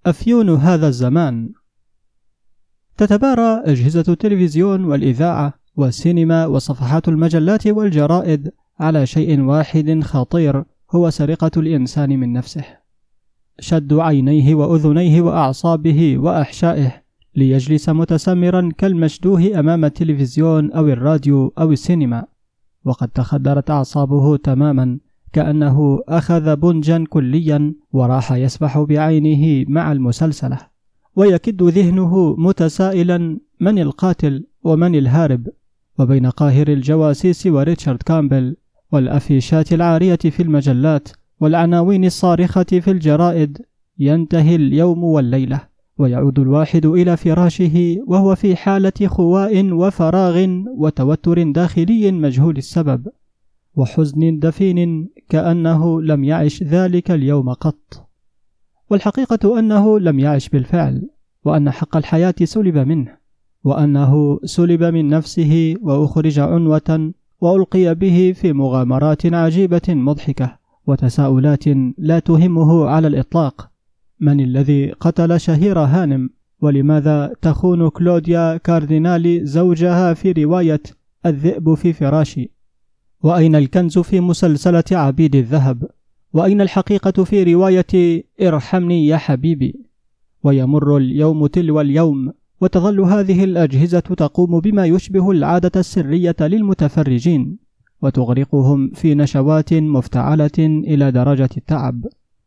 أفيون هذا الزمان. تتبارى أجهزة التلفزيون والإذاعة والسينما وصفحات المجلات والجرائد على شيء واحد خطير، هو سرقة الإنسان من نفسه، شد عينيه وأذنيه وأعصابه وأحشائه ليجلس متسمرا كالمشدوه أمام التلفزيون أو الراديو أو السينما، وقد تخدرت أعصابه تماما، كأنه أخذ بنجا كليا وراح يسبح بعينه مع المسلسلة، ويكد ذهنه متسائلا من القاتل ومن الهارب. وبين قاهر الجواسيس وريتشارد كامبل والأفيشات العارية في المجلات والعناوين الصارخة في الجرائد ينتهي اليوم والليلة، ويعود الواحد إلى فراشه وهو في حالة خواء وفراغ وتوتر داخلي مجهول السبب وحزن دفين، كأنه لم يعش ذلك اليوم قط. والحقيقة أنه لم يعش بالفعل، وأن حق الحياة سلب منه، وأنه سلب من نفسه وأخرج عنوة وألقي به في مغامرات عجيبة مضحكة وتساؤلات لا تهمه على الإطلاق. من الذي قتل شهيرة هانم؟ ولماذا تخون كلوديا كاردينالي زوجها في رواية الذئب في فراشي؟ وأين الكنز في مسلسلة عبيد الذهب؟ وأين الحقيقة في رواية ارحمني يا حبيبي؟ ويمر اليوم تلو اليوم، وتظل هذه الأجهزة تقوم بما يشبه العادة السرية للمتفرجين، وتغرقهم في نشوات مفتعلة إلى درجة التعب،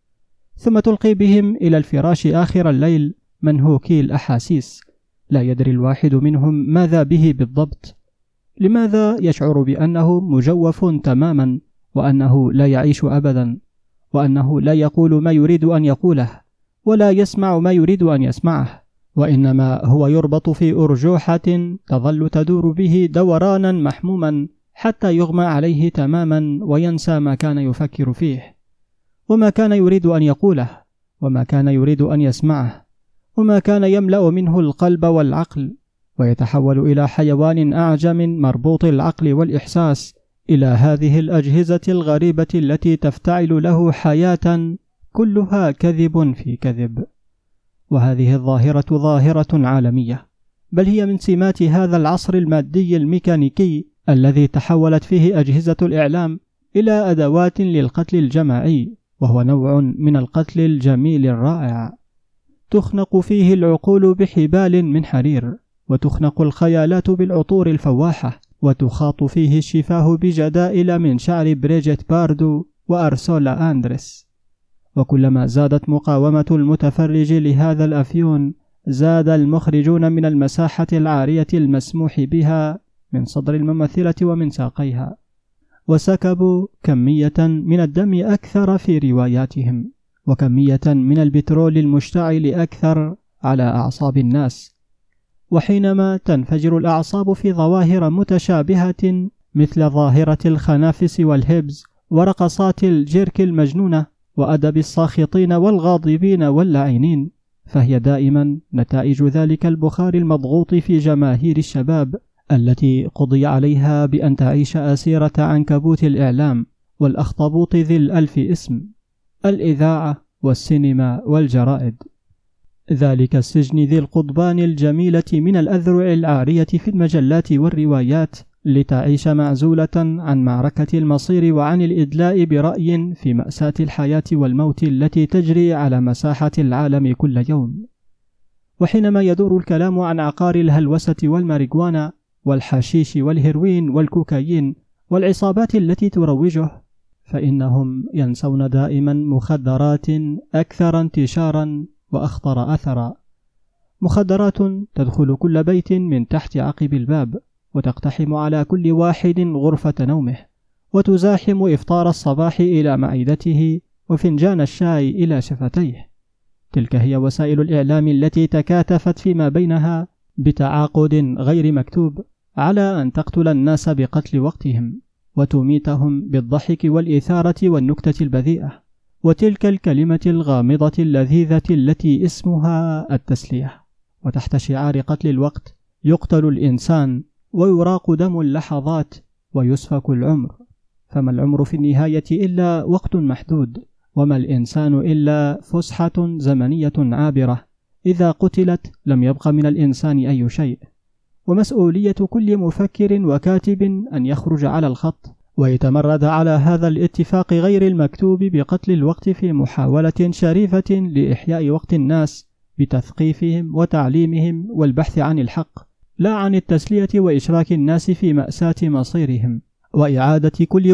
ثم تلقي بهم إلى الفراش آخر الليل منهوكي الأحاسيس، لا يدري الواحد منهم ماذا به بالضبط. لماذا يشعر بأنه مجوف تماما، وأنه لا يعيش أبدا، وأنه لا يقول ما يريد أن يقوله، ولا يسمع ما يريد أن يسمعه، وإنما هو يربط في أرجوحة تظل تدور به دورانا محموما حتى يغمى عليه تماما وينسى ما كان يفكر فيه، وما كان يريد أن يقوله، وما كان يريد أن يسمعه، وما كان يملأ منه القلب والعقل، ويتحول إلى حيوان أعجم مربوط العقل والإحساس، إلى هذه الأجهزة الغريبة التي تفتعل له حياة كلها كذب في كذب. وهذه الظاهرة ظاهرة عالمية، بل هي من سمات هذا العصر المادي الميكانيكي الذي تحولت فيه أجهزة الإعلام إلى أدوات للقتل الجماعي، وهو نوع من القتل الجميل الرائع. تخنق فيه العقول بحبال من حرير، وتخنق الخيالات بالعطور الفواحة، وتخاط فيه الشفاه بجدائل من شعر بريجيت باردو وأرسولا أندريس. وكلما زادت مقاومة المتفرج لهذا الأفيون، زاد المخرجون من المساحة العارية المسموح بها من صدر الممثلة ومن ساقيها، وسكبوا كمية من الدم أكثر في رواياتهم، وكمية من البترول المشتعل أكثر على أعصاب الناس. وحينما تنفجر الأعصاب في ظواهر متشابهة مثل ظاهرة الخنافس والهبز ورقصات الجيرك المجنونة وأدب الساخطين والغاضبين واللعينين، فهي دائما نتائج ذلك البخار المضغوط في جماهير الشباب التي قضي عليها بأن تعيش أسيرة عنكبوت الإعلام والأخطبوط ذي الألف اسم، الإذاعة والسينما والجرائد، ذلك السجن ذي القضبان الجميلة من الأذرع العارية في المجلات والروايات، لتعيش معزولة عن معركة المصير وعن الإدلاء برأي في مأساة الحياة والموت التي تجري على مساحة العالم كل يوم. وحينما يدور الكلام عن عقار الهلوسة والماريجوانا والحشيش والهيروين والكوكايين والعصابات التي تروجه، فإنهم ينسون دائما مخدرات أكثر انتشارا وأخطر أثرا، مخدرات تدخل كل بيت من تحت عقب الباب، وتقتحم على كل واحد غرفة نومه، وتزاحم إفطار الصباح إلى معدته وفنجان الشاي إلى شفتيه. تلك هي وسائل الإعلام التي تكاتفت فيما بينها بتعاقد غير مكتوب على أن تقتل الناس بقتل وقتهم، وتميتهم بالضحك والإثارة والنكتة البذيئة، وتلك الكلمة الغامضة اللذيذة التي اسمها التسلية. وتحت شعار قتل الوقت يقتل الإنسان، ويراق دم اللحظات، ويسفك العمر. فما العمر في النهاية إلا وقت محدود، وما الإنسان إلا فسحة زمنية عابرة، إذا قتلت لم يبق من الإنسان أي شيء. ومسؤولية كل مفكر وكاتب أن يخرج على الخط ويتمرد على هذا الاتفاق غير المكتوب بقتل الوقت في محاولة شريفة لإحياء وقت الناس بتثقيفهم وتعليمهم والبحث عن الحق، لا عن التسلية وإشراك الناس في مأساة مصيرهم، وإعادة كل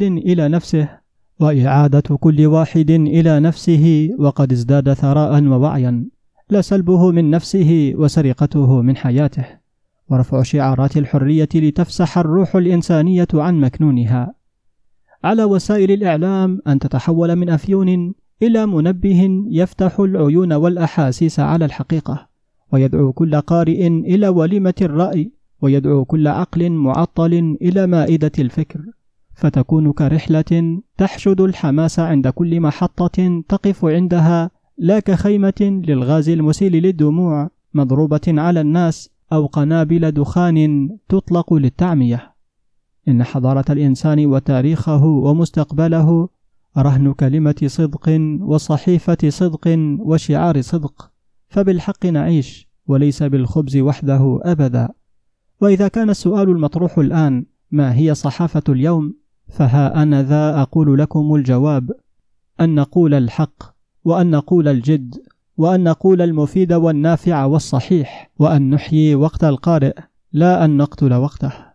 واحد إلى نفسه وقد ازداد ثراء ووعيا، لا سلبه من نفسه وسرقته من حياته، ورفع شعارات الحرية لتفسح الروح الإنسانية عن مكنونها. على وسائل الإعلام أن تتحول من أفيون إلى منبه يفتح العيون والأحاسيس على الحقيقة، ويدعو كل قارئ إلى وليمة الرأي، ويدعو كل عقل معطل إلى مائدة الفكر، فتكون كرحلة تحشد الحماس عند كل محطة تقف عندها، لا كخيمة للغاز المسيل للدموع مضروبة على الناس أو قنابل دخان تطلق للتعمية. إن حضارة الإنسان وتاريخه ومستقبله رهن كلمة صدق وصحيفة صدق وشعار صدق، فبالحق نعيش وليس بالخبز وحده أبدا. وإذا كان السؤال المطروح الآن ما هي صحافة اليوم، فها أنا ذا أقول لكم الجواب: أن نقول الحق، وأن نقول الجد، وأن نقول المفيد والنافع والصحيح، وأن نحيي وقت القارئ لا أن نقتل وقته.